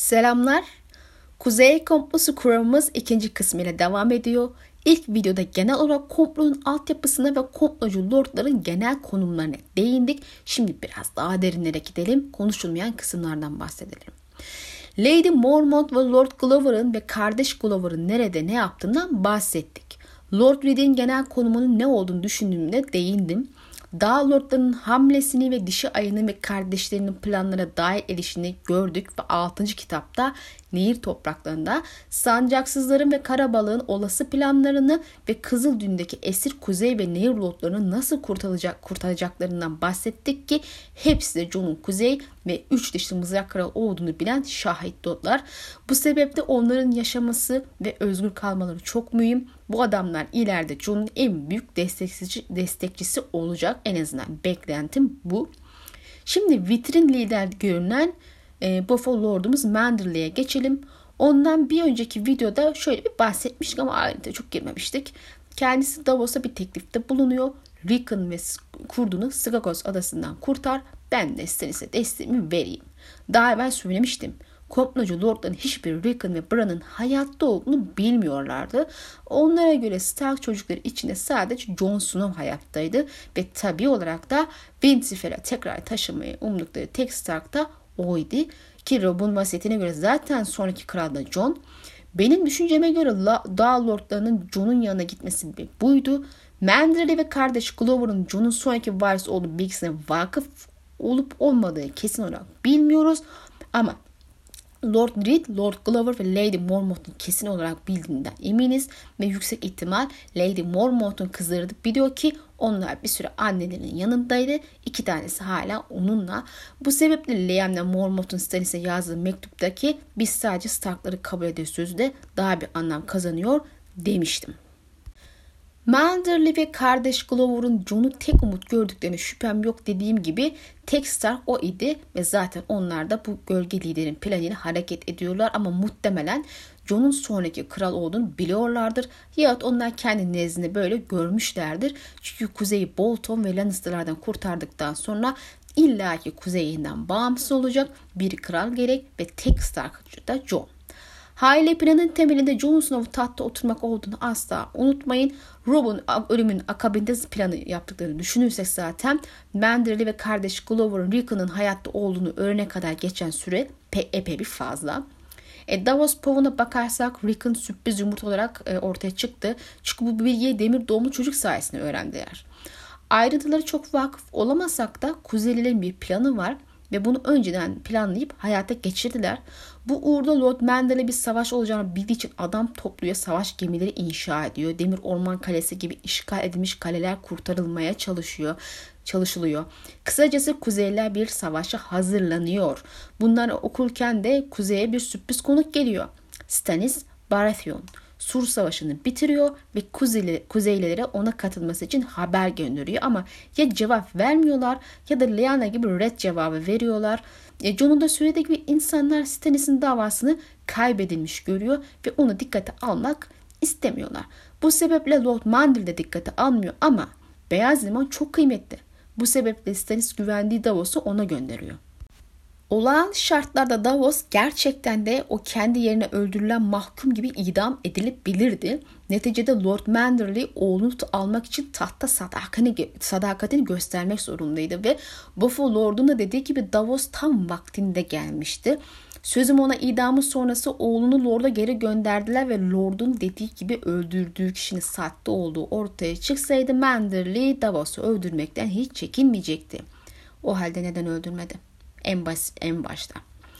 Selamlar. Kuzey komplosu kuramımız ikinci kısmıyla devam ediyor. İlk videoda genel olarak komplonun altyapısına ve komplocu lordların genel konumlarına değindik. Şimdi biraz daha derinlere gidelim. Konuşulmayan kısımlardan bahsedelim. Lady Mormont ve Lord Glover'ın ve kardeş Glover'ın nerede ne yaptığından bahsettik. Lord Reed'in genel konumunun ne olduğunu düşündüğümde değindim. Dağ lordlarının hamlesini ve dişi ayının ve kardeşlerinin planlara dair erişini gördük ve 6. kitapta Nehir topraklarında sancaksızların ve karabalığın olası planlarını ve Kızıldün'deki esir kuzey ve nehir lordlarını nasıl kurtaracaklarından bahsettik ki hepsi de Jon'un kuzey ve 3 dişli mızrak kral olduğunu bilen şahit lordlar. Bu sebeple onların yaşaması ve özgür kalmaları çok mühim. Bu adamlar ileride Jon'un en büyük destekçisi olacak. En azından beklentim bu. Şimdi vitrin lider görünen Buffalo Lord'umuz Manderley'e geçelim. Ondan bir önceki videoda şöyle bir bahsetmiştik ama ayrıntıya çok girmemiştik. Kendisi Davos'a bir teklifte bulunuyor. Rickon ve kurdunu Skagos adasından kurtar. Ben de Stannis'e desteğimi vereyim. Daha evvel söylemiştim. Komplocu lordların hiçbir Rickon ve Bran'ın hayatta olduğunu bilmiyorlardı. Onlara göre Stark çocukları içinde sadece Jon Snow hayattaydı. Ve tabii olarak da Winterfell'e tekrar taşımayı umdukları tek Stark da oydu. Ki Robb'un vasiyetine göre zaten sonraki kral da Jon. Benim düşünceme göre Dağ lordlarının Jon'un yanına gitmesi buydu. Manderley ve kardeş Glover'ın Jon'un sonraki varis olduğu bilgisine vakıf olup olmadığı kesin olarak bilmiyoruz. Ama Lord Reed, Lord Glover ve Lady Mormont'un kesin olarak bildiğinden eminiz ve yüksek ihtimal Lady Mormont'un kızları da biliyor ki onlar bir süre annelerinin yanındaydı. 2 tanesi hala onunla. Bu sebeple Liam'le Mormont'un Stannis'e yazdığı mektuptaki biz sadece Stark'ları kabul ediyoruz sözü de daha bir anlam kazanıyor demiştim. Manderley ve kardeş Glover'ın Jon'u tek umut gördüklerine şüphem yok dediğim gibi tek Stark o idi ve zaten onlar da bu gölge liderin planıyla hareket ediyorlar ama muhtemelen Jon'un sonraki kral olduğunu biliyorlardır. Yahut onlar kendi nezdinde böyle görmüşlerdir. Çünkü Kuzey'i Bolton ve Lannister'lardan kurtardıktan sonra illaki kuzeyinden bağımsız olacak bir kral gerek ve tek Stark'cı da Jon. Aile planının temelinde Jon Snow tahtta oturmak olduğunu asla unutmayın. Robb'un ölümünün akabinde planı yaptıklarını düşünürsek zaten Manderley ve kardeş Glover'ın Rickon'un hayatta olduğunu öğrene kadar geçen süre epey bir fazla. Davos Pov'una bakarsak Rickon sürpriz yumurta olarak ortaya çıktı. Çünkü bu bilgiyi demir doğumlu çocuk sayesinde öğrendiler. Ayrıntıları çok vakıf olamasak da Kuzeylilerin bir planı var ve bunu önceden planlayıp hayata geçirdiler. Bu uğurda Lord Manderley bir savaş olacağını bildiği için adam topluyor, savaş gemileri inşa ediyor. Demir Orman Kalesi gibi işgal edilmiş kaleler kurtarılmaya çalışılıyor. Kısacası Kuzeyliler bir savaşa hazırlanıyor. Bunları okurken de Kuzey'e bir sürpriz konuk geliyor. Stannis Baratheon Sur Savaşı'nı bitiriyor ve Kuzeylilere ona katılması için haber gönderiyor. Ama ya cevap vermiyorlar ya da Lyanna gibi red cevabı veriyorlar. Jon'un da söylediği gibi insanlar Stannis'in davasını kaybedilmiş görüyor ve onu dikkate almak istemiyorlar. Bu sebeple Lord Manderley de dikkate almıyor ama Beyaz Liman çok kıymetli. Bu sebeple Stannis güvendiği Davos'u ona gönderiyor. Olağan şartlarda Davos gerçekten de o kendi yerine öldürülen mahkum gibi idam edilebilirdi. Neticede Lord Manderley oğlunu almak için tahta sadakatini göstermek zorundaydı ve Buffalo Lord'un da dediği gibi Davos tam vaktinde gelmişti. Sözüm ona idamı sonrası oğlunu Lord'a geri gönderdiler ve Lord'un dediği gibi öldürdüğü kişinin sahte olduğu ortaya çıksaydı Manderley Davos'u öldürmekten hiç çekinmeyecekti. O halde neden öldürmedi? En başta.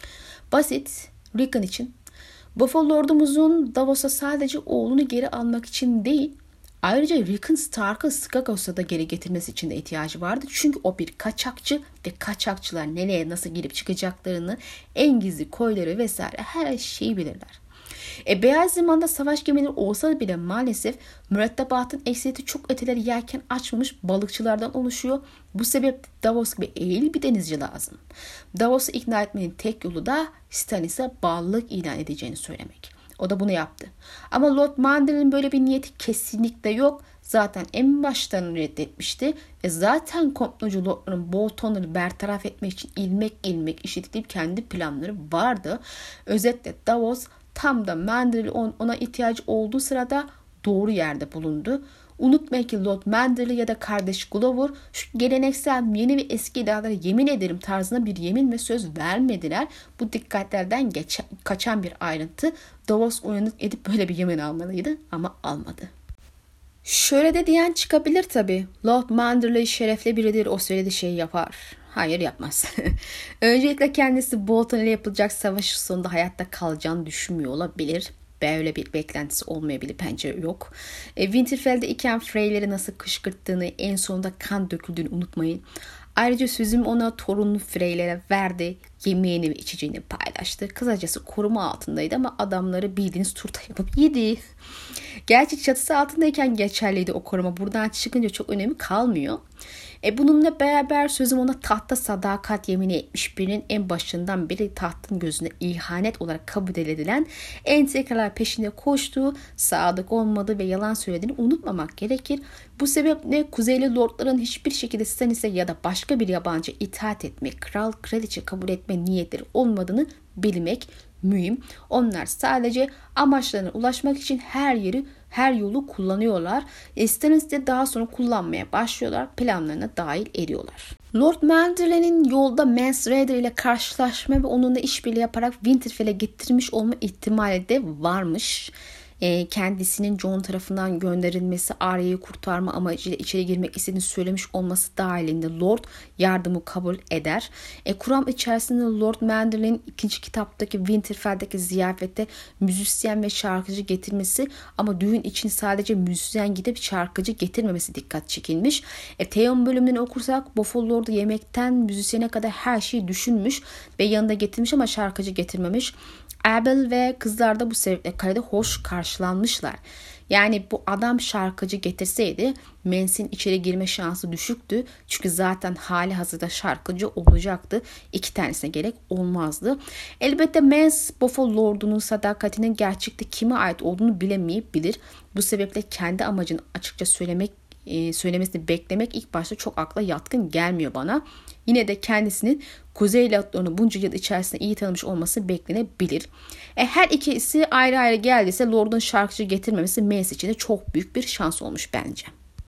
Basit, Rickon için. Buffalo Lord'umuzun Davos'a sadece oğlunu geri almak için değil, ayrıca Rickon Stark'ı Skagos'a da geri getirmesi için de ihtiyacı vardı. Çünkü o bir kaçakçı ve kaçakçılar nereye nasıl girip çıkacaklarını, en gizli koyları vesaire her şeyi bilirler. Beyaz Liman'da savaş gemileri olsa bile maalesef mürettebatın eksiyeti çok öteleri yerken açmamış balıkçılardan oluşuyor. Bu sebeple Davos gibi eğil bir denizci lazım. Davos'u ikna etmenin tek yolu da Stannis'e bağlılık ilan edeceğini söylemek. O da bunu yaptı. Ama Lord Mander'in böyle bir niyeti kesinlikle yok. Zaten en baştan reddetmişti. Ve zaten komplocu lordların Bolton'ları bertaraf etmek için ilmek ilmek işitilip kendi planları vardı. Özetle Davos tam da Mander'in ona ihtiyacı olduğu sırada doğru yerde bulundu. Unutmayın ki Lord Manderly ya da kardeş Glover şu geleneksel yeni ve eski iddialara yemin ederim tarzına bir yemin ve söz vermediler. Bu dikkatlerden kaçan bir ayrıntı. Davos uyanık edip böyle bir yemin almalıydı ama almadı. Şöyle de diyen çıkabilir tabii. Lord Manderly şerefli biridir, o söylediği şeyi yapar. Hayır, yapmaz. Öncelikle kendisi Bolton ile yapılacak savaş sonunda hayatta kalacağını düşünmüyor olabilir. Böyle bir beklentisi olmayabilir, bence yok. Winterfell'de iken Frey'leri nasıl kışkırttığını, en sonunda kan döküldüğünü unutmayın. Ayrıca sözüm ona torunlu Frey'lere verdi. Yemeğini ve içeceğini paylaştı. Kısacası koruma altındaydı ama adamları bildiğiniz turta yapıp yedi. Gerçi çatısı altındayken geçerliydi o koruma. Buradan çıkınca çok önemi kalmıyor. Bununla beraber sözüm ona tahta sadakat yemini etmiş birinin en başından beri tahtın gözüne ihanet olarak kabul edilen entrikalar peşinde koştuğu, sadık olmadığı ve yalan söylediğini unutmamak gerekir. Bu sebeple Kuzeyli Lordların hiçbir şekilde Stannis'e ya da başka bir yabancı itaat etme, kral kraliçe kabul etme niyetleri olmadığını bilmek mühim. Onlar sadece amaçlarına ulaşmak için her yolu kullanıyorlar. Stannis de daha sonra kullanmaya başlıyorlar. Planlarına dahil ediyorlar. Lord Manderly'nin yolda Mance Rayder ile karşılaşma ve onunla işbirliği yaparak Winterfell'e getirmiş olma ihtimali de varmış. Kendisinin Jon tarafından gönderilmesi, Arya'yı kurtarma amacıyla içeri girmek istediğini söylemiş olması dahilinde Lord yardımı kabul eder. Kuram içerisinde Lord Manderly'nin ikinci kitaptaki Winterfell'deki ziyafette müzisyen ve şarkıcı getirmesi ama düğün için sadece müzisyen gidip şarkıcı getirmemesi dikkat çekilmiş. Theon bölümünü okursak Bofol Lord'u yemekten müzisyene kadar her şeyi düşünmüş ve yanında getirmiş ama şarkıcı getirmemiş. Abel ve kızlar da bu sebeple kalede hoş karşılanmışlar. Yani bu adam şarkıcı getirseydi Mance'in içeri girme şansı düşüktü. Çünkü zaten hali hazırda şarkıcı olacaktı. 2 tanesine gerek olmazdı. Elbette Mance Bofol Lord'unun sadakatinin gerçekte kime ait olduğunu bilemeyebilir. Bu sebeple kendi amacını açıkça söylemesini beklemek ilk başta çok akla yatkın gelmiyor bana. Yine de kendisinin Kuzey Lordlarını bunca yıl içerisinde iyi tanımış olması beklenebilir. Her ikisi ayrı ayrı geldiyse Lord'un şarkıcı getirmemesi Mance için de çok büyük bir şans olmuş bence.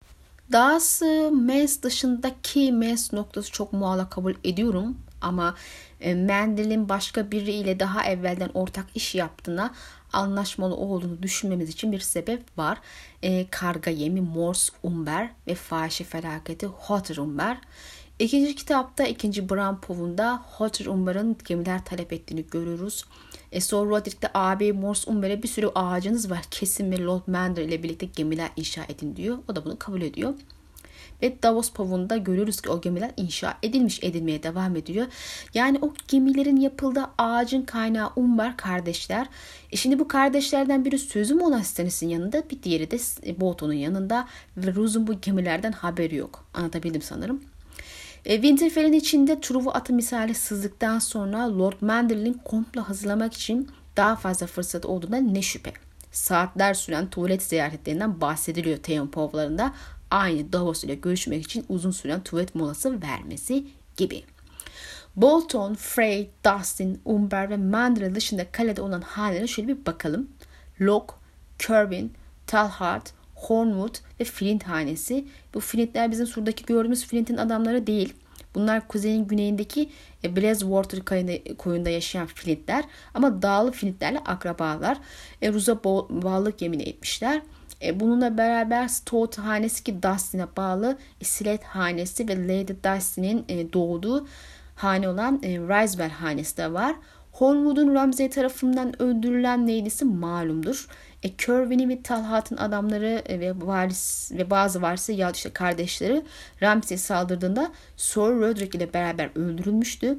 Dahası Mance dışındaki Mance noktası çok muallak kabul ediyorum. Ama Manderly'nin başka biriyle daha evvelden ortak iş yaptığına, anlaşmalı olduğunu düşünmemiz için bir sebep var. Karga yemi Mors Umber ve fahişe felaketi Hotter Umber. İkinci kitapta 2. Bran Pov'unda Hotter Umber'ın gemiler talep ettiğini görüyoruz. Sonra Roderick'te abi Mors Umber'e bir sürü ağacınız var, kesin ve Lord Manderly ile birlikte gemiler inşa edin diyor. O da bunu kabul ediyor. Ve Davos Pov'unda görüyoruz ki o gemiler inşa edilmeye devam ediyor. Yani o gemilerin yapıldığı ağacın kaynağı Umber kardeşler. Şimdi bu kardeşlerden biri sözüm ona Stannis'in yanında, bir diğeri de Bolton'un yanında ve Roos'un bu gemilerden haberi yok. Anlatabildim sanırım. Winterfell'in içinde Truva atı misali sızdıktan sonra Lord Manderly'nin komplo hazırlamak için daha fazla fırsat olduğuna ne şüphe. Saatler süren tuvalet ziyaretlerinden bahsediliyor Theon Pov'larında. Aynı Davos ile görüşmek için uzun süren tuvalet molası vermesi gibi. Bolton, Frey, Dustin, Umber ve Manderly dışında kalede olan hanelere şöyle bir bakalım. Locke, Kerwin, Talhart, Hornwood ve Flint hanesi. Bu Flintler bizim şuradaki gördüğümüz Flint'in adamları değil. Bunlar kuzeyin güneyindeki Blazewater koyunda yaşayan Flintler ama dağlı Flintlerle akrabalar. Roos'a bağlılık yemin etmişler. Bununla beraber Stout hanesi ki Dustin'e bağlı, Slate hanesi ve Lady Dustin'in doğduğu hane olan Ryswell hanesi de var. Hornwood'un Ramsay tarafından öldürülen lady'si malumdur. Kerwin'in ve Talhat'ın adamları ve bazı varsa ya işte kardeşleri Ramsay saldırdığında Sir Roderick ile beraber öldürülmüştü.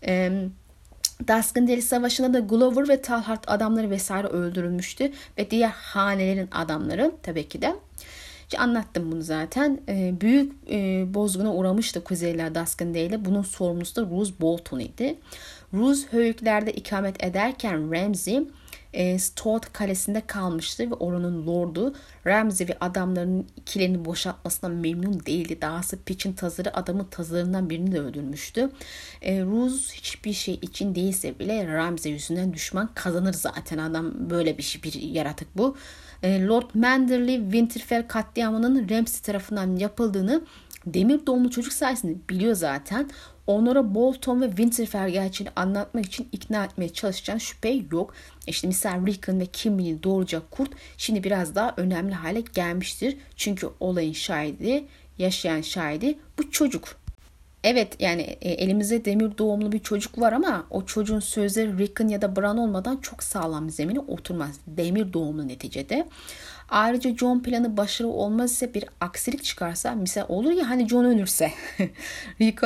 Duskendale Savaşı'nda da Glover ve Talhart adamları vesaire öldürülmüştü ve diğer hanelerin adamları tabii ki de. Anlattım bunu zaten. Büyük bozguna uğramıştı Kuzeyler Duskendale'de. Bunun sorumlusu da Roose Bolton idi. Roose Höyükler'de ikamet ederken Ramsay Stout kalesinde kalmıştı ve oranın lordu Ramsay ve adamlarının ikilerini boşaltmasından memnun değildi. Dahası Pitch'in tazarı adamın tazarlarından birini de öldürmüştü. Rose hiçbir şey için değilse bile Ramsay yüzünden düşman kazanır zaten. Adam böyle bir yaratık bu. Lord Manderley Winterfell katliamının Ramsay tarafından yapıldığını demir doğumlu çocuk sayesinde biliyor zaten. Onlara Bolton ve Winterfell gerçeğini anlatmak için ikna etmeye çalışacağın şüphe yok. İşte misal Rickon ve Kimberly'ni doğuracak kurt şimdi biraz daha önemli hale gelmiştir. Çünkü olayın şahidi, yaşayan şahidi bu çocuk. Evet yani elimizde demir doğumlu bir çocuk var ama o çocuğun sözleri Rickon ya da Bran olmadan çok sağlam bir zemine oturmaz. Demir doğumlu neticede. Ayrıca Jon planı başarılı olmaz ise bir aksilik çıkarsa misal olur ya hani Jon ölürse Rickon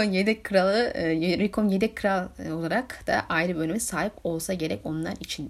yedek kral olarak da ayrı bir öneme sahip olsa gerek onlar içinde.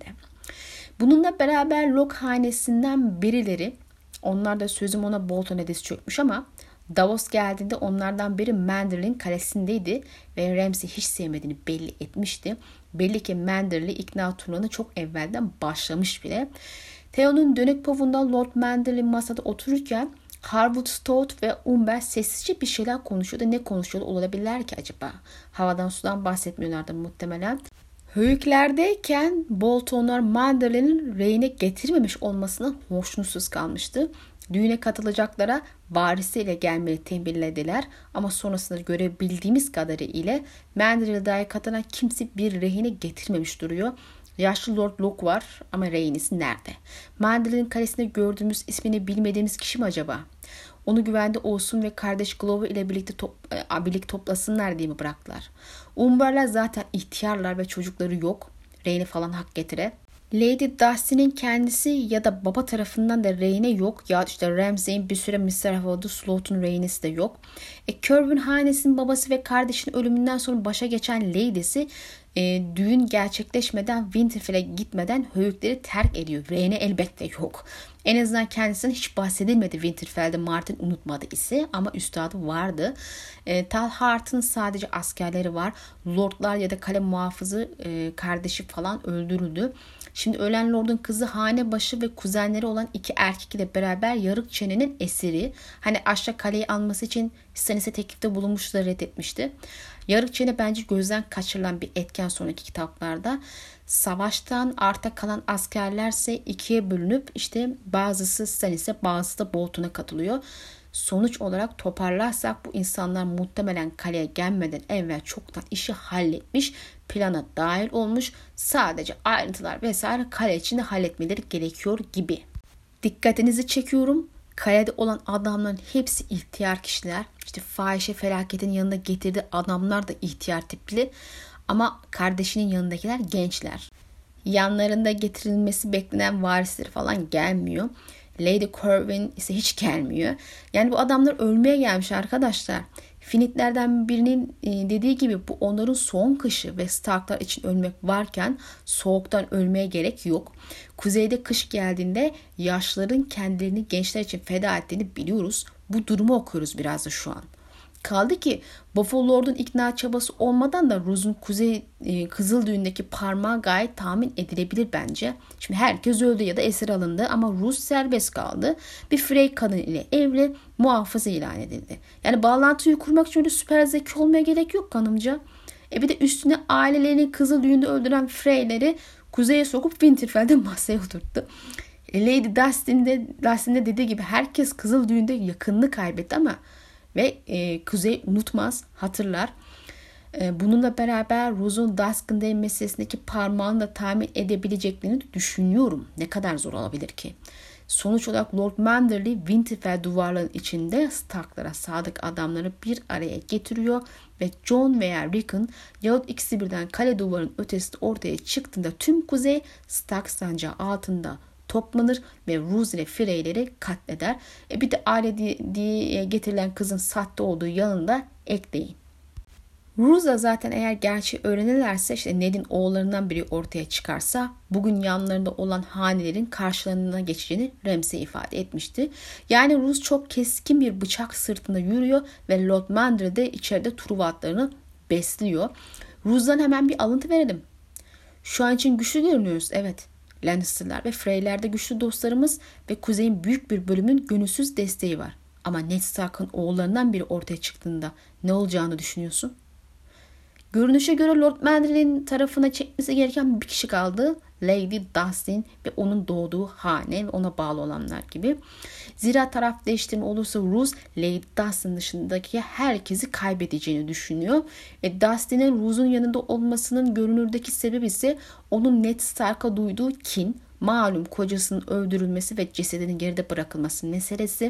Bununla beraber Locke hanesinden birileri onlar da sözüm ona Bolton edesi çökmüş ama Davos geldiğinde onlardan biri Manderley'in kalesindeydi ve Ramsay hiç sevmediğini belli etmişti. Belli ki Manderley ikna turlarına çok evvelden başlamış bile. Theon'un dönük povunda Lord Manderley masada otururken Harwood Stout ve Umber sessizce bir şeyler konuşuyordu. Ne konuşuyordu olabilirler ki acaba? Havadan sudan bahsetmiyorlardı muhtemelen. Höyüklerdeyken Boltonlar Manderley'nin reyine getirmemiş olmasından hoşnutsuz kalmıştı. Düğüne katılacaklara varisiyle gelmeyi tembihlediler ama sonrasında görebildiğimiz kadarıyla Manderley'e dair katılan kimse bir rehine getirmemiş duruyor. Yaşlı Lord Locke var ama rehinesi nerede? Manderley'in kalesinde gördüğümüz ismini bilmediğimiz kişi mi acaba? Onu güvende olsun ve kardeş Glover ile birlikte toplasınlar diye mi bıraktılar? Umberler zaten ihtiyarlar ve çocukları yok. Reyne falan hak getire. Lady Darcy'nin kendisi ya da baba tarafından da reyne yok. Ya işte Ramsay'in bir süre misafir olduğu Slought'un reynesi de yok. Curwen hanesinin babası ve kardeşinin ölümünden sonra başa geçen Lady'si düğün gerçekleşmeden Winterfell'e gitmeden höyükleri terk ediyor. Reyne elbette yok. En azından kendisinden hiç bahsedilmedi Winterfell'de Martin unutmadı ise ama üstadı vardı. Talhart'ın sadece askerleri var. Lordlar ya da kale muhafızı kardeşi falan öldürüldü. Şimdi ölen lordun kızı hanebaşı ve kuzenleri olan iki erkek ile beraber yarık çenenin esiri. Hani aşağı kaleyi alması için Stannis'e teklifte bulunmuştu da reddetmişti. Yarık çene bence gözden kaçırılan bir etken sonraki kitaplarda. Savaştan arta kalan askerlerse ikiye bölünüp işte bazısı Stannis'e bazısı da Bolton'a katılıyor. Sonuç olarak toparlarsak bu insanlar muhtemelen kaleye gelmeden evvel çoktan işi halletmiş, plana dahil olmuş. Sadece ayrıntılar vesaire kale içinde halletmeleri gerekiyor gibi. Dikkatinizi çekiyorum. Kalede olan adamların hepsi ihtiyar kişiler. İşte fahişe felaketin yanında getirdiği adamlar da ihtiyar tipli. Ama kardeşinin yanındakiler gençler. Yanlarında getirilmesi beklenen varisleri falan gelmiyor. Lady Corwin ise hiç gelmiyor. Yani bu adamlar ölmeye gelmiş arkadaşlar. Finitlerden birinin dediği gibi bu onların son kışı ve Starklar için ölmek varken soğuktan ölmeye gerek yok. Kuzeyde kış geldiğinde yaşlıların kendilerini gençler için feda ettiğini biliyoruz. Bu durumu okuyoruz biraz da şu an. Kaldı ki Buffalo Lord'un ikna çabası olmadan da Rose'un Kızıl Düğün'deki parmağı gayet tahmin edilebilir bence. Şimdi herkes öldü ya da esir alındı ama Rose serbest kaldı. Bir Frey kadın ile evli, muhafız ilan edildi. Yani bağlantıyı kurmak için öyle süper zeki olmaya gerek yok hanımca. Bir de üstüne ailelerini Kızıl Düğün'de öldüren Frey'leri kuzeye sokup Winterfell'de masaya oturttu. Lady Dustin'de dediği gibi herkes Kızıl Düğün'de yakınını kaybetti ama ve Kuzey unutmaz, hatırlar. Bununla beraber Rose'un Dusk'ın meselesindeki parmağını da tahmin edebileceklerini düşünüyorum. Ne kadar zor olabilir ki? Sonuç olarak Lord Manderley Winterfell duvarlarının içinde Stark'lara sadık adamları bir araya getiriyor ve Jon veya Rickon yahut ikisi birden kale duvarının ötesinde ortaya çıktığında tüm kuzey Stark sancağı altında toplanır ve Roose ile Frey'leri katleder. Bir de aile diye getirilen kızın sahte olduğu yanında ekleyin. Roose zaten eğer gerçeği öğrenirlerse işte Ned'in oğullarından biri ortaya çıkarsa bugün yanlarında olan hanelerin karşılarına geçeceğini Ramsay ifade etmişti. Yani Roose çok keskin bir bıçak sırtında yürüyor ve Lord Manderley de içeride Truva atlarını besliyor. Roose'dan hemen bir alıntı verelim. Şu an için güçlü görünüyoruz, evet. Lannister'lar ve Frey'lerde güçlü dostlarımız ve kuzeyin büyük bir bölümün gönülsüz desteği var. Ama Ned Stark'ın oğullarından biri ortaya çıktığında ne olacağını düşünüyorsun? Görünüşe göre Lord Mander'in tarafına çekmesi gereken bir kişi kaldı. Lady Dustin ve onun doğduğu hane ve ona bağlı olanlar gibi. Zira taraf değiştirme olursa Roose, Lady Dustin dışındaki herkesi kaybedeceğini düşünüyor. Dustin'in Roose'un yanında olmasının görünürdeki sebebi ise onun Ned Stark'a duyduğu kin, malum kocasının öldürülmesi ve cesedinin geride bırakılması meselesi.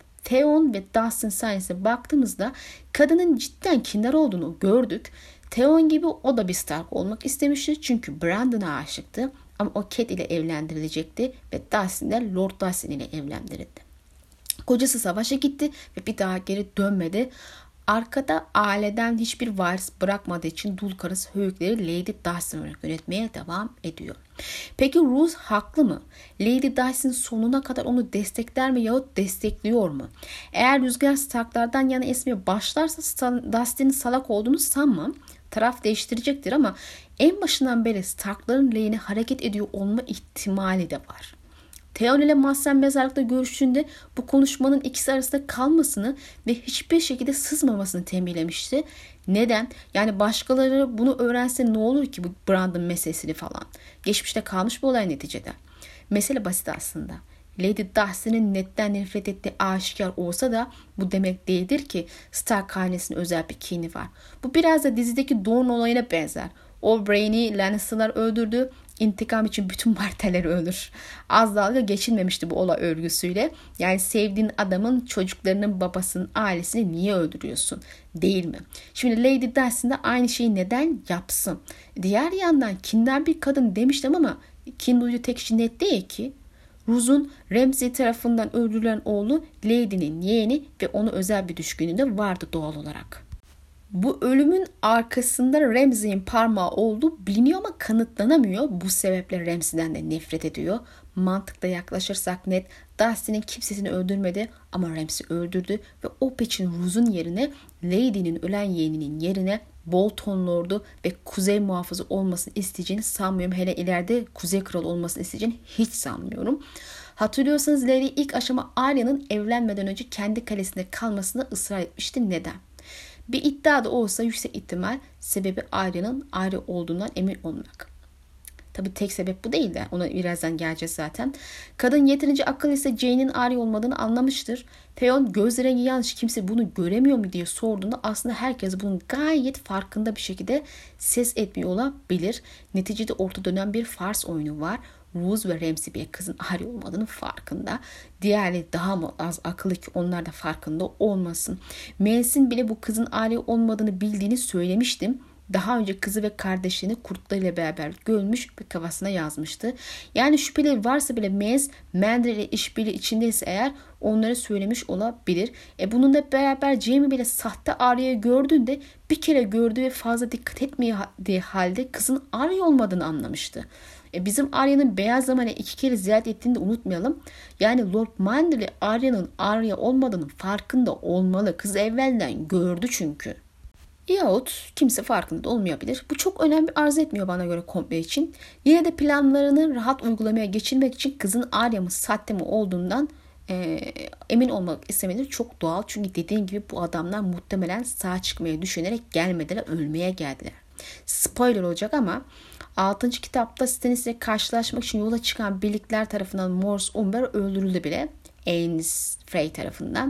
Theon ve Dustin sayesinde baktığımızda kadının cidden kindar olduğunu gördük. Theon gibi o da bir Stark olmak istemişti çünkü Brandon'a aşıktı ama o Catelyn ile evlendirilecekti ve Dustin de Lord Dustin ile evlendirildi. Kocası savaşa gitti ve bir daha geri dönmedi. Arkada aileden hiçbir varis bırakmadığı için dul karısı höyükleri Lady Dustin olarak yönetmeye devam ediyor. Peki Roose haklı mı? Lady Dustin sonuna kadar onu destekler mi yahut destekliyor mu? Eğer rüzgar Stark'lardan yana esmeye başlarsa Dustin'in salak olduğunu sanmam. Taraf değiştirecektir ama en başından beri Stark'ların lehine hareket ediyor olma ihtimali de var. Theon ile Mahsen mezarlıkta görüştüğünde bu konuşmanın ikisi arasında kalmasını ve hiçbir şekilde sızmamasını tembihlemişti. Neden? Yani başkaları bunu öğrense ne olur ki bu Brandon meselesini falan. Geçmişte kalmış bir olay neticede. Mesele basit aslında. Lady Dustin'in Ned'den nefret ettiği aşikar olsa da bu demek değildir ki Stark hanesinin özel bir kini var. Bu biraz da dizideki Dorne olayına benzer. Oberyn'i Lannister'lar öldürdü. İntikam için bütün Martell'leri ölür. Az dalga geçilmemişti bu olay örgüsüyle. Yani sevdiğin adamın çocuklarının babasının ailesini niye öldürüyorsun? Değil mi? Şimdi Lady Dustin de aynı şeyi neden yapsın? Diğer yandan kindar bir kadın demiştim ama kin duyduğu tek kişi Ned değil ki. Roose'un Ramsay tarafından öldürülen oğlu Lady'nin yeğeni ve ona özel bir düşkünlüğü de vardı doğal olarak. Bu ölümün arkasında Ramsay'in parmağı olduğu biliniyor ama kanıtlanamıyor. Bu sebeple Ramsay'den de nefret ediyor. Mantıkla yaklaşırsak Ned Dustin'in kimsesini öldürmedi ama Ramsay öldürdü ve o peçin Roose'un yerine Lady'nin ölen yeğeninin yerine Bolton Lord'u ve Kuzey Muhafızı olmasını isteyeceğini sanmıyorum. Hele ileride Kuzey Kralı olmasını isteyeceğini hiç sanmıyorum. Hatırlıyorsanız Lady ilk aşama Arya'nın evlenmeden önce kendi kalesinde kalmasına ısrar etmişti. Neden? Bir iddia da olsa yüksek ihtimal sebebi Arya'nın Arya olduğundan emin olmak. Tabii tek sebep bu değil de ona birazdan geleceğiz zaten. Kadın yeterince akıllı ise Jaime'nin Arya olmadığını anlamıştır. Theon göz rengi yanlış kimse bunu göremiyor mu diye sorduğunda aslında herkes bunun gayet farkında bir şekilde ses etmiyor olabilir. Neticede orta dönem bir fars oyunu var. Roose ve Ramsay bir kızın Arya olmadığının farkında. Diğerleri daha mı az akıllı ki onlar da farkında olmasın. Mace'in bile bu kızın Arya olmadığını bildiğini söylemiştim. Daha önce kızı ve kardeşlerini kurtlarıyla beraber görmüş ve kafasına yazmıştı. Yani şüpheleri varsa bile Mace, Mander'le ile işbirliği içindeyse eğer onlara söylemiş olabilir. Bununla beraber Jaime bile sahte Arya'yı gördüğünde bir kere gördüğü ve fazla dikkat etmediği halde kızın Arya olmadığını anlamıştı. Bizim Arya'nın beyaz zamanı 2 kere ziyaret ettiğini de unutmayalım. Yani Lord Mander'le Arya'nın Arya olmadığının farkında olmalı. Kız evvelden gördü çünkü. Yahut kimse farkında olmayabilir. Bu çok önemli arz etmiyor bana göre komple için. Yine de planlarını rahat uygulamaya geçirmek için kızın Arya mı sahte mi olduğundan emin olmak istemeleri çok doğal. Çünkü dediğim gibi bu adamlar muhtemelen sağ çıkmaya düşünerek gelmediler, ölmeye geldiler. Spoiler olacak ama 6. kitapta Stannis ile karşılaşmak için yola çıkan birlikler tarafından Mors Umber öldürüldü bile. Aenys Frey tarafından.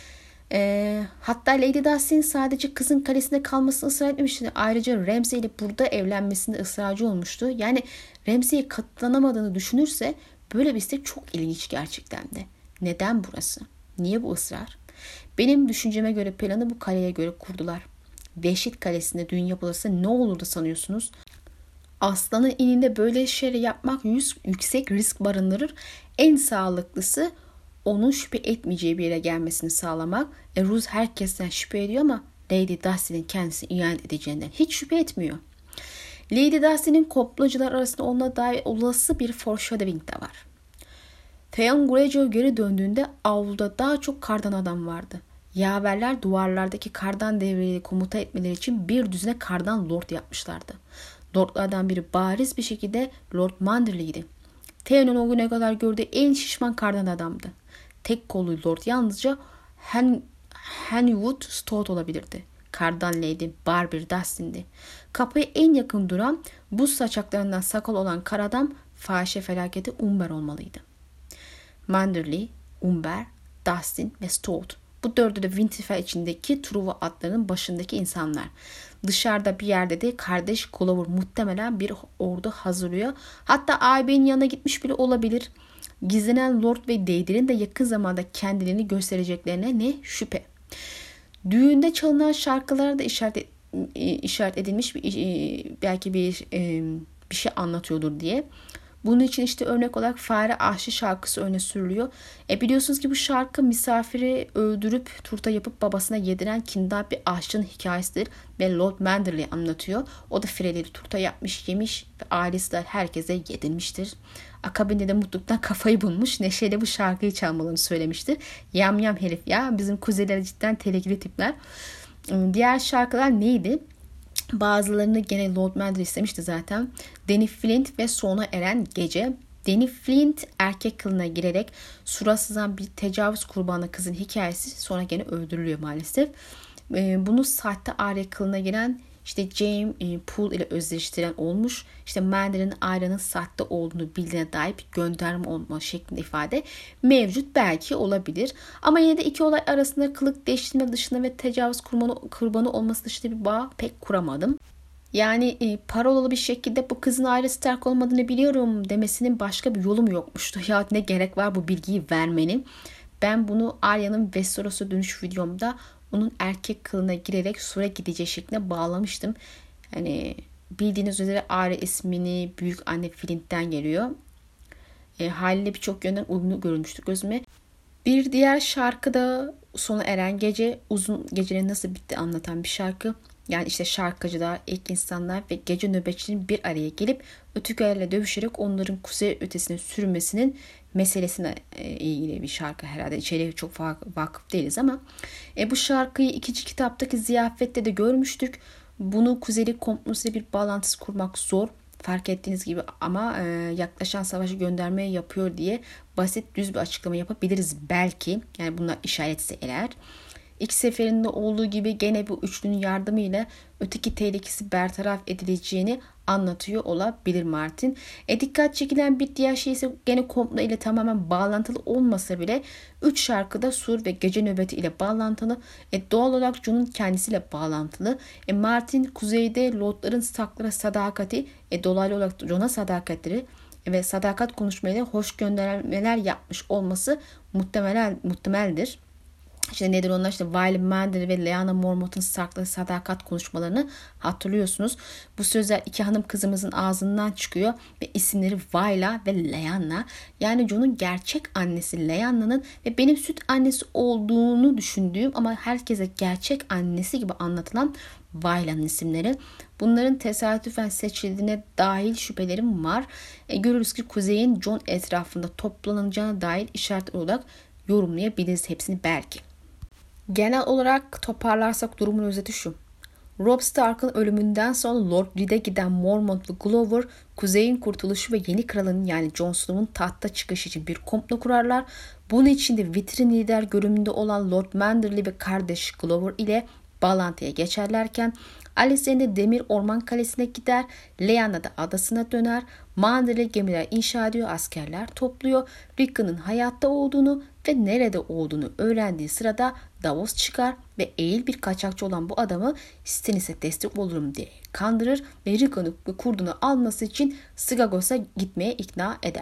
Hatta Lady Dustin sadece kızın kalesinde kalmasını ısrar etmemişti. Ayrıca Ramsay ile burada evlenmesinde ısrarcı olmuştu. Yani Ramsay'e katlanamadığını düşünürse böyle bir istek çok ilginç gerçekten de. Neden burası? Niye bu ısrar? Benim düşünceme göre planı bu kaleye göre kurdular. Vehşet Kalesi'nde düğün yapılırsa ne olurdu sanıyorsunuz? Aslanın ininde böyle şeyler yapmak yüksek risk barındırır. En sağlıklısı onun şüphe etmeyeceği bir yere gelmesini sağlamak. Roose herkesten şüphe ediyor ama Lady Dustin'in kendisini ihanet edeceğinden hiç şüphe etmiyor. Lady Dustin'in komplocular arasında onunla dair olası bir foreshadowing de var. Theon Greyjoy geri döndüğünde avluda daha çok kardan adam vardı. Yaverler duvarlardaki kardan devreyi komuta etmeleri için bir düzine kardan lord yapmışlardı. Lordlardan biri bariz bir şekilde Lord Manderly'ydi. Theon'un o güne kadar gördüğü en şişman kardan adamdı. Tek kollu Lord yalnızca Henwood Stout olabilirdi. Kardan Lady Barbara Dustin'di. Kapıya en yakın duran, buz saçaklarından sakal olan kar adam fahişe felaketi Umber olmalıydı. Manderley, Umber, Dustin ve Stout. Bu dördü de Winterfell içindeki Truva atlarının başındaki insanlar. Dışarıda bir yerde de kardeş Glover muhtemelen bir ordu hazırlıyor. Hatta ağabeyin yanına gitmiş bile olabilir. Gizlenen Lord ve Lady'nin de yakın zamanda kendilerini göstereceklerine ne şüphe. Düğünde çalınan şarkılara da işaret edilmiş belki bir şey anlatıyordur diye. Bunun için işte örnek olarak Fare Aşçı şarkısı öne sürülüyor. Biliyorsunuz ki bu şarkı misafiri öldürüp turta yapıp babasına yediren kindar bir aşçının hikayesidir ve Lord Manderley anlatıyor. O da fireleri turta yapmış, yemiş ve ailesi de herkese yedirmiştir. Akabinde de mutluluktan kafayı bulmuş, neşeyle bu şarkıyı çalmalarını söylemiştir. Yam yam herif ya, bizim kuzeyler cidden tehlikeli tipler. Diğer şarkılar neydi? Bazılarını gene Lord Manderley istemişti zaten. Danny Flint ve Sona Eren Gece. Danny Flint erkek kılına girerek sura sızan bir tecavüz kurbanı kızın hikayesi, sonra gene öldürülüyor maalesef. Bunu sahte Arya kılına giren işte Jaime Poole ile özdeştiren olmuş. İşte Mander'in Arya'nın sahte olduğunu bildiğine dair bir gönderme olma şeklinde ifade mevcut, belki olabilir. Ama yine de iki olay arasında kılık değiştirme dışında ve tecavüz kurbanı olması dışında bir bağ pek kuramadım. Yani parolalı bir şekilde bu kızın Arya Stark olmadığını biliyorum demesinin başka bir yolu mu yokmuştu? Ya ne gerek var bu bilgiyi vermenin? Ben bunu Arya'nın Westeros'a dönüş videomda onun erkek kılına girerek Sur'a gideceği şeklinde bağlamıştım. Yani bildiğiniz üzere Arya ismini büyük anne Flint'ten geliyor. Haliyle birçok yönden uyumlu görünmüştü gözüme. Bir diğer şarkı da Sona Eren Gece, uzun gecenin nasıl bitti anlatan bir şarkı. Yani işte şarkıcılar, ilk insanlar ve gece nöbetçinin bir araya gelip ötekilerle dövüşerek onların kuzey ötesine sürmesinin meselesine ilgili bir şarkı herhalde. İçeriye çok vakıf değiliz ama bu şarkıyı 2. kitaptaki ziyafette de görmüştük. Bunu kuzeyli komplosuyla bir bağlantısı kurmak zor. Fark ettiğiniz gibi ama yaklaşan savaşı göndermeye yapıyor diye basit düz bir açıklama yapabiliriz belki. Yani bunlar işaretse eğer. İlk seferinde olduğu gibi gene bu üçlünün yardımıyla öteki tehlikesi bertaraf edileceğini anlatıyor olabilir Martin. Dikkat çekilen bir diğer şey ise gene komplo ile tamamen bağlantılı olmasa bile 3 şarkıda Sur ve Gece Nöbeti ile bağlantılı. Doğal olarak Jon'un kendisiyle bağlantılı. Martin kuzeyde Lordların Stark'lara sadakati, dolaylı olarak Jon'a sadakatleri ve sadakat konuşmayla hoş göndermeler yapmış olması muhtemeldir. İşte nedir onlar, işte Wiley Manderley ve Lyanna Mormont'un Stark'la sadakat konuşmalarını hatırlıyorsunuz. Bu sözler iki hanım kızımızın ağzından çıkıyor ve isimleri Vayla ve Lyanna. Yani Jon'un gerçek annesi Lyanna'nın ve benim süt annesi olduğunu düşündüğüm ama herkese gerçek annesi gibi anlatılan Vayla'nın isimleri. Bunların tesadüfen seçildiğine dahil şüphelerim var. Görürüz ki kuzeyin Jon etrafında toplanacağına dair işaret olarak yorumlayabiliriz hepsini belki. Genel olarak toparlarsak durumun özeti şu. Robb Stark'ın ölümünden sonra Lord Reed'e giden Mormont ve Glover, Kuzey'in kurtuluşu ve yeni kralının yani Jon Snow'un tahta çıkışı için bir komplo kurarlar. Bunun için de vitrin lider görünümünde olan Lord Manderley ve kardeş Glover ile bağlantıya geçerlerken Alicent de Demir Orman Kalesi'ne gider, Lyanna da adasına döner, Manderley gemiler inşa ediyor, askerler topluyor, Rickon'un hayatta olduğunu ve nerede olduğunu öğrendiği sırada Davos çıkar ve eğil bir kaçakçı olan bu adamı Stannis'e destek olurum diye kandırır ve Rickon'u ve kurdunu alması için Skagos'a gitmeye ikna eder.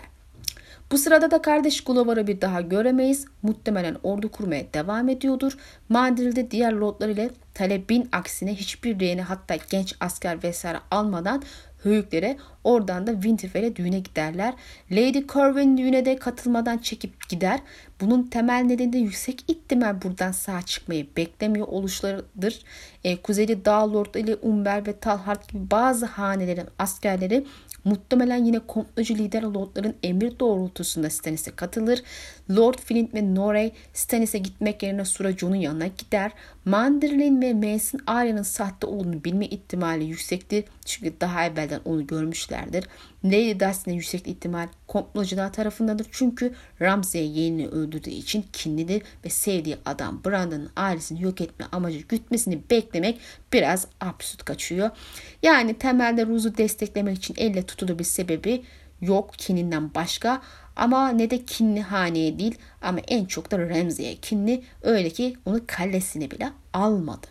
Bu sırada da kardeş Glover'ı bir daha göremeyiz. Muhtemelen ordu kurmaya devam ediyordur. Manderley'de diğer lordlar ile talebin aksine hiçbir reyini, hatta genç asker vesaire almadan höyüklere, oradan da Winterfell'e düğüne giderler. Lady Corwin düğüne de katılmadan çekip gider. Bunun temel nedeni de yüksek ihtimal buradan sağ çıkmayı beklemiyor oluşlarıdır. Kuzeyli dağ lordları ile Umber ve Talhart gibi bazı hanelerin askerleri muhtemelen yine komplocu lider lordların emri doğrultusunda Stannis'e katılır. Lord Flint ve Norey Stannis'e gitmek yerine Sura Jon'un yanına gider. Manderley'in ve Mace'in Arya'nın sahte olduğunu bilme ihtimali yüksektir. Çünkü daha evvelden onu görmüşlerdir. Lady Dustin yüksek ihtimal komplocular tarafındadır. Çünkü Ramsay yeğenini öldürdüğü için kinlidir ve sevdiği adam Brandon'ın ailesini yok etme amacı gütmesini beklemek biraz absürt kaçıyor. Yani temelde Rose'u desteklemek için elle tutulur bir sebebi yok kininden başka. Ama ne de kinli haneye değil ama en çok da Ramsay'e kinli. Öyle ki onu kalesine bile almadı.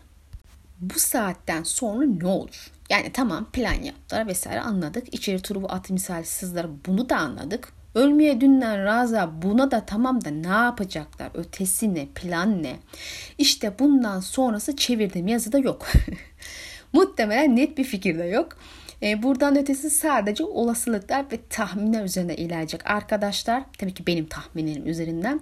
Bu saatten sonra ne olur? Yani tamam plan yaptılar vesaire anladık. İçeri turu at misali sızlar bunu da anladık. Ölmeye dünden razı buna da tamam da ne yapacaklar? Ötesi ne? Plan ne? İşte bundan sonrası çevirdiğim yazıda yok. Muhtemelen net bir fikir de yok. Buradan ötesi sadece olasılıklar ve tahminler üzerine ilerleyecek arkadaşlar. Tabii ki benim tahminlerim üzerinden.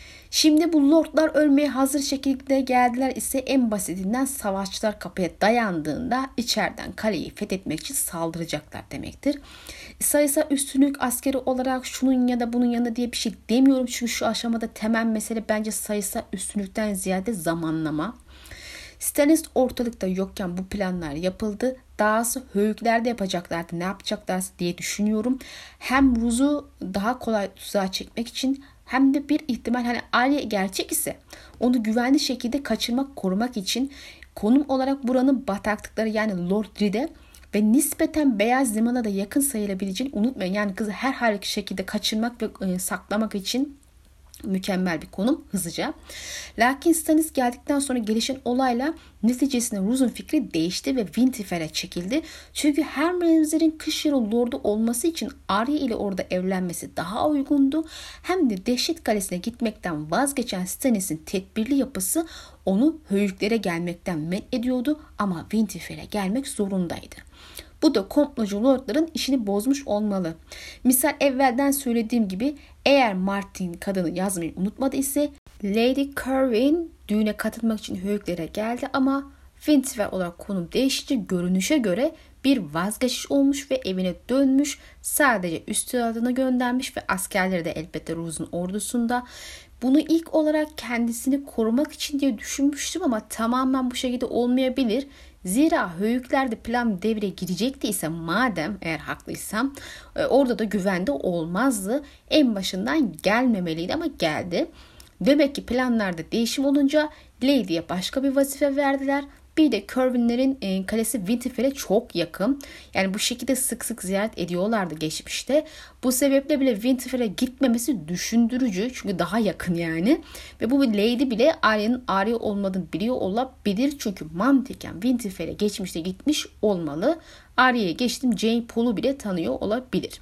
Şimdi bu lordlar ölmeye hazır şekilde geldiler ise en basitinden savaşçılar kapıya dayandığında içeriden kaleyi fethetmek için saldıracaklar demektir. Sayısal üstünlük askeri olarak şunun ya da bunun yanında diye bir şey demiyorum. Çünkü şu aşamada temel mesele bence sayısal üstünlükten ziyade zamanlama. Stannis ortalıkta yokken bu planlar yapıldı. Dahası höyüklerde yapacaklardı. Ne yapacaklarsa diye düşünüyorum. Hem Rose'u daha kolay tuzağa çekmek için hem de bir ihtimal hani Arya gerçek ise onu güvenli şekilde kaçırmak, korumak için konum olarak buranın bataklıkları yani Lord Ride ve nispeten Beyaz Liman'a da yakın sayılabileceğini unutmayın. Yani kızı her şekilde kaçırmak ve saklamak için mükemmel bir konum hızlıca. Lakin Stannis geldikten sonra gelişen olayla neticesinde Rose'un fikri değişti ve Winterfell'e çekildi. Çünkü hem Ramsay'in kış yarı lordu olması için Arya ile orada evlenmesi daha uygundu. Hem de Dehşet Kalesi'ne gitmekten vazgeçen Stannis'in tedbirli yapısı onu höyüklere gelmekten men ediyordu ama Winterfell'e gelmek zorundaydı. Bu da komplocu lordların işini bozmuş olmalı. Misal evvelden söylediğim gibi eğer Martin kadını yazmayı unutmadı ise Lady Corwin düğüne katılmak için höyüklere geldi ama Winterfell olarak konum değişince görünüşe göre bir vazgeçiş olmuş ve evine dönmüş. Sadece üstadına göndermiş ve askerleri de elbette Rose'un ordusunda. Bunu ilk olarak kendisini korumak için diye düşünmüştüm ama tamamen bu şekilde olmayabilir. Zira höyüklerde plan devreye girecekti ise madem eğer haklıysam orada da güvende olmazdı. En başından gelmemeliydi ama geldi. Demek ki planlarda değişim olunca Lady'ye başka bir vazife verdiler. Bir de Corwin'lerin kalesi Winterfell'e çok yakın. Yani bu şekilde sık sık ziyaret ediyorlardı geçmişte. Bu sebeple bile Winterfell'e gitmemesi düşündürücü. Çünkü daha yakın yani. Ve bu Lady bile Arya'nın Arya olmadığını biliyor olabilir. Çünkü mantıken Winterfell'e geçmişte gitmiş olmalı. Arya'ya geçtim Jane Paul'u bile tanıyor olabilir.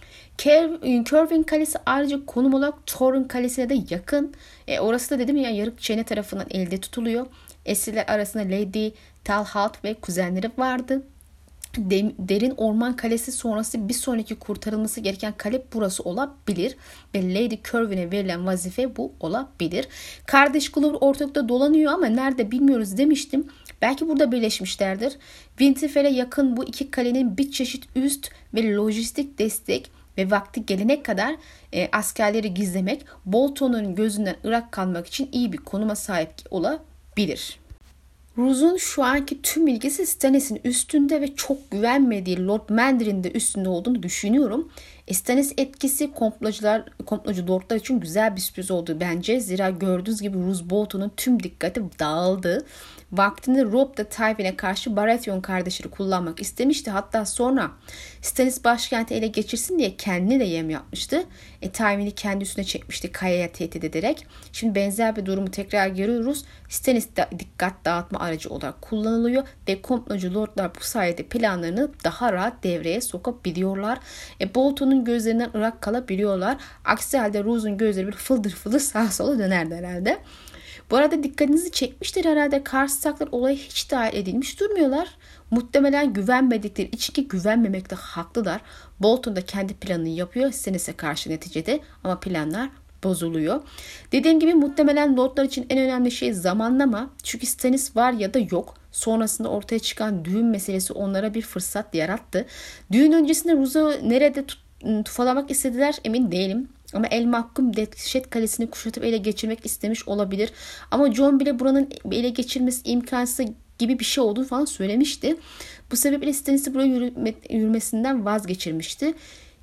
Corwin Kalesi ayrıca konum olarak Torrhen Kalesi'ne de yakın. Orası da dedim ya Yarık Çene tarafından elde tutuluyor. Esirler arasında Lady Talhalt ve kuzenleri vardı. Derin Orman Kalesi sonrası bir sonraki kurtarılması gereken kale burası olabilir. Ve Lady Corwin'e verilen vazife bu olabilir. Kardeş Glover ortalıkta dolanıyor ama nerede bilmiyoruz demiştim. Belki burada birleşmişlerdir. Winterfell'e yakın bu iki kalenin bir çeşit üst ve lojistik destek ve vakti gelene kadar askerleri gizlemek, Bolton'un gözünden ırak kalmak için iyi bir konuma sahip olabilir. Rose'un şu anki tüm ilgisi Stannis'in üstünde ve çok güvenmediği Lord Mandarin'in de üstünde olduğunu düşünüyorum. Stannis etkisi komplocu lordlar için güzel bir sürpriz oldu bence. Zira gördüğünüz gibi Roose Bolton'un tüm dikkati dağıldı. Vaktinde Robb da Tywin'e karşı Baratheon kardeşleri kullanmak istemişti. Hatta sonra Stannis başkenti ele geçirsin diye kendine de yem yapmıştı. Tywin'i kendi üstüne çekmişti kayaya tehdit ederek. Şimdi benzer bir durumu tekrar görüyoruz. Stannis de dikkat dağıtma aracı olarak kullanılıyor ve komplocu lordlar bu sayede planlarını daha rahat devreye sokabiliyorlar. Bolton'un gözlerinden ırak kalabiliyorlar. Aksi halde Rose'un gözleri bir fıldır fıldır sağa sola dönerdi herhalde. Bu arada dikkatinizi çekmiştir herhalde. Karsaklar olaya hiç dahil edilmiş durmuyorlar. Muhtemelen güvenmedikleri için ki güvenmemekte haklılar. Bolton da kendi planını yapıyor Stannis'e karşı neticede ama planlar bozuluyor. Dediğim gibi muhtemelen lordlar için en önemli şey zamanlama. Çünkü Stannis var ya da yok. Sonrasında ortaya çıkan düğün meselesi onlara bir fırsat yarattı. Düğün öncesinde Rose'u nerede tufalamak istediler emin değilim. Ama El Mahkum Dehşet Kalesi'ni kuşatıp ele geçirmek istemiş olabilir. Ama Jon bile buranın ele geçirmesi imkansız gibi bir şey olduğunu falan söylemişti. Bu sebeple Stannis'i buraya yürümesinden vazgeçirmişti.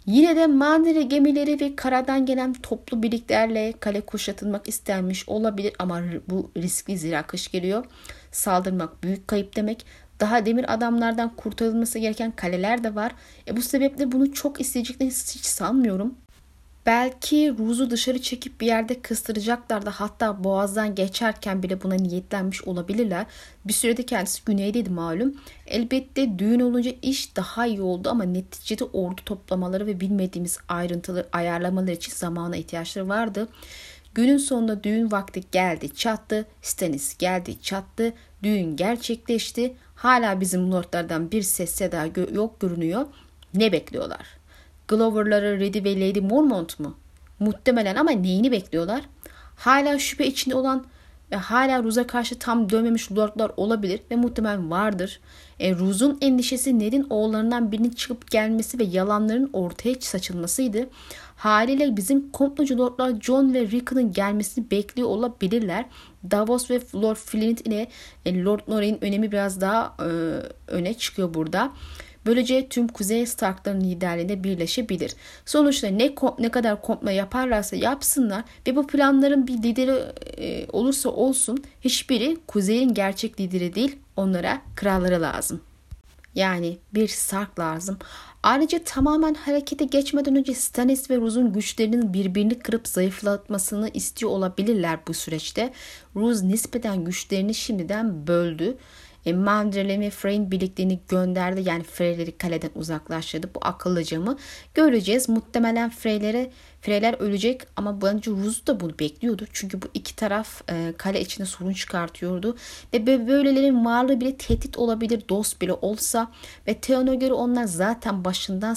Yine de Mandalay gemileri ve karadan gelen toplu birliklerle kale kuşatılmak istenmiş olabilir ama bu riskli, zira kış geliyor. Saldırmak büyük kayıp demek. Daha demir adamlardan kurtarılması gereken kaleler de var. Bu sebeple bunu çok isteyeceklerini hiç sanmıyorum. Belki Ruz'u dışarı çekip bir yerde kıstıracaklar da, hatta boğazdan geçerken bile buna niyetlenmiş olabilirler. Bir sürede kendisi güneydeydi malum. Elbette düğün olunca iş daha iyi oldu ama neticede ordu toplamaları ve bilmediğimiz ayrıntıları ayarlamaları için zamana ihtiyaçları vardı. Günün sonunda düğün vakti geldi çattı. Stannis geldi çattı. Düğün gerçekleşti. Hala bizim lordlardan bir ses seda yok görünüyor. Ne bekliyorlar? Glover'ları, Reddy ve Lady Mormont mu? Muhtemelen, ama neyini bekliyorlar? Hala şüphe içinde olan ve hala Rooz'a karşı tam dönmemiş lordlar olabilir ve muhtemelen vardır. Rooz'un endişesi Ned'in oğullarından birinin çıkıp gelmesi ve yalanların ortaya saçılmasıydı. Haliyle bizim komplocu lordlar Jon ve Rickon'un gelmesini bekliyor olabilirler. Davos ve Lord Flint ile Lord Noray'in önemi biraz daha öne çıkıyor burada. Böylece tüm Kuzey Stark'ların liderliğinde birleşebilir. Sonuçta ne kadar komplo yaparlarsa yapsınlar ve bu planların bir lideri olursa olsun, hiçbiri Kuzey'in gerçek lideri değil, onlara kralları lazım. Yani bir Stark lazım. Ayrıca tamamen harekete geçmeden önce Stannis ve Rooz'un güçlerinin birbirini kırıp zayıflatmasını istiyor olabilirler bu süreçte. Roose nispeten güçlerini şimdiden böldü. Manderley ve Frey'in birliklerini gönderdi. Yani Frey'leri kaleden uzaklaştırdı. Bu akıllıca mı? Göreceğiz. Muhtemelen Frey'ler ölecek ama bence Roose da bunu bekliyordu. Çünkü bu iki taraf kale içinde sorun çıkartıyordu. Ve böylelerin varlığı bile tehdit olabilir, dost bile olsa. Ve Theon'a göre onlar zaten başından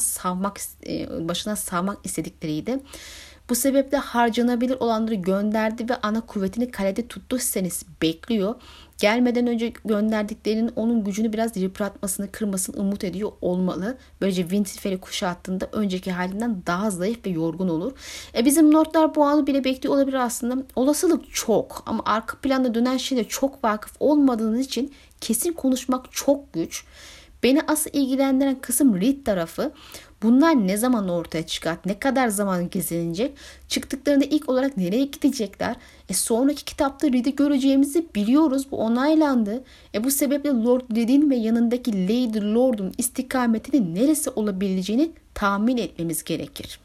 savmak istedikleriydi. Bu sebeple harcanabilir olanları gönderdi ve ana kuvvetini kalede tuttu. Stannis bekliyor. Gelmeden önce gönderdiklerinin onun gücünü biraz yıpratmasını, kırmasını umut ediyor olmalı. Böylece Winterfell'i kuşattığında önceki halinden daha zayıf ve yorgun olur. Bizim lordlar bu anı bile bekliyor olabilir aslında. Olasılık çok ama arka planda dönen şeyle çok vakıf olmadığınız için kesin konuşmak çok güç. Beni asıl ilgilendiren kısım Reed tarafı. Bunlar ne zaman ortaya çıkar? Ne kadar zaman gizlenecek? Çıktıklarında ilk olarak nereye gidecekler? Sonraki kitapta Reed'i göreceğimizi biliyoruz. Bu onaylandı. Bu sebeple Lord Reed'in ve yanındaki Lady Lord'un istikametinin neresi olabileceğini tahmin etmemiz gerekir.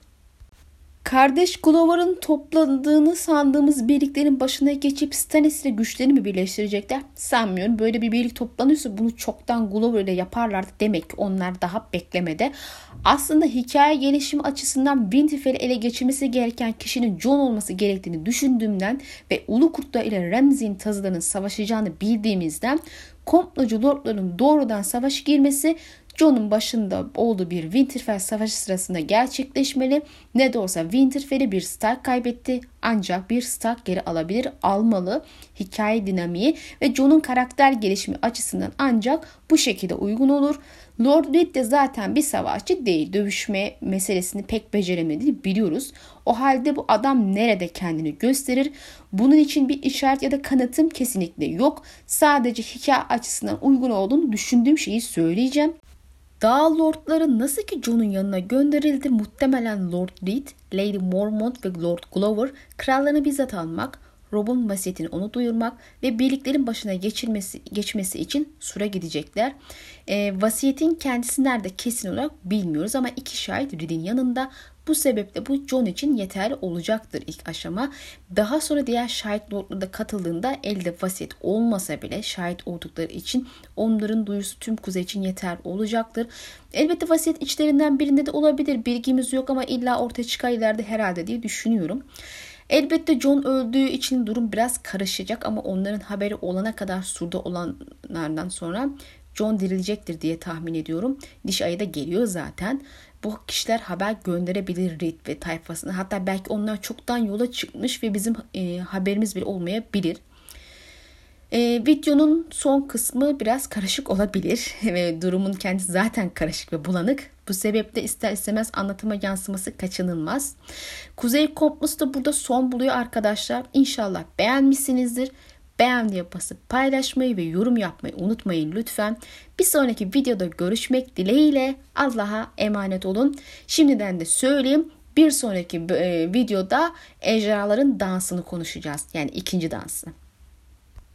Kardeş Glover'ın topladığını sandığımız birliklerin başına geçip Stannis ile güçlerini mi birleştirecekler? Sanmıyorum. Böyle bir birlik toplanıyorsa bunu çoktan Glover ile yaparlardı. Demek ki onlar daha beklemede. Aslında hikaye gelişimi açısından Winterfell'i ele geçirmesi gereken kişinin Jon olması gerektiğini düşündüğümden ve Ulu Kurtlar ile Ramsay'in tazılarının savaşacağını bildiğimizden komplocu lordların doğrudan savaşa girmesi Jon'un başında olduğu bir Winterfell savaşı sırasında gerçekleşmeli. Ne de olsa Winterfell'i bir Stark kaybetti. Ancak bir Stark geri almalı. Hikaye dinamiği ve Jon'un karakter gelişimi açısından ancak bu şekilde uygun olur. Lord Reed de zaten bir savaşçı değil. Dövüşme meselesini pek beceremediğini biliyoruz. O halde bu adam nerede kendini gösterir? Bunun için bir işaret ya da kanıtım kesinlikle yok. Sadece hikaye açısından uygun olduğunu düşündüğüm şeyi söyleyeceğim. Dağ lordları nasıl ki Jon'un yanına gönderildi, muhtemelen Lord Reed, Lady Mormont ve Lord Glover krallarını bizzat almak, Robb'un vasiyetini onu duyurmak ve birliklerin başına geçmesi için Sur'a gidecekler. Vasiyetin kendisi nerede kesin olarak bilmiyoruz ama iki şahit Reed'in yanında. Bu sebeple bu Jon için yeterli olacaktır ilk aşama. Daha sonra diğer şahit lordları da katıldığında elde vasiyet olmasa bile şahit oldukları için onların duyusu tüm kuzey için yeterli olacaktır. Elbette vasiyet içlerinden birinde de olabilir. Bilgimiz yok ama illa ortaya çıkar ileride herhalde diye düşünüyorum. Elbette Jon öldüğü için durum biraz karışacak ama onların haberi olana kadar Sur'da olanlardan sonra Jon dirilecektir diye tahmin ediyorum. Diş ayı da geliyor zaten. Bu kişiler haber gönderebilir Reed ve tayfasına. Hatta belki onlar çoktan yola çıkmış ve bizim haberimiz bile olmayabilir. Videonun son kısmı biraz karışık olabilir. Ve durumun kendisi zaten karışık ve bulanık. Bu sebeple ister istemez anlatıma yansıması kaçınılmaz. Kuzey komplosu da burada son buluyor arkadaşlar. İnşallah beğenmişsinizdir. beğendiğe basıp paylaşmayı ve yorum yapmayı unutmayın lütfen. Bir sonraki videoda görüşmek dileğiyle Allah'a emanet olun. Şimdiden de söyleyeyim, bir sonraki videoda ejderhaların dansını konuşacağız. Yani ikinci dansı.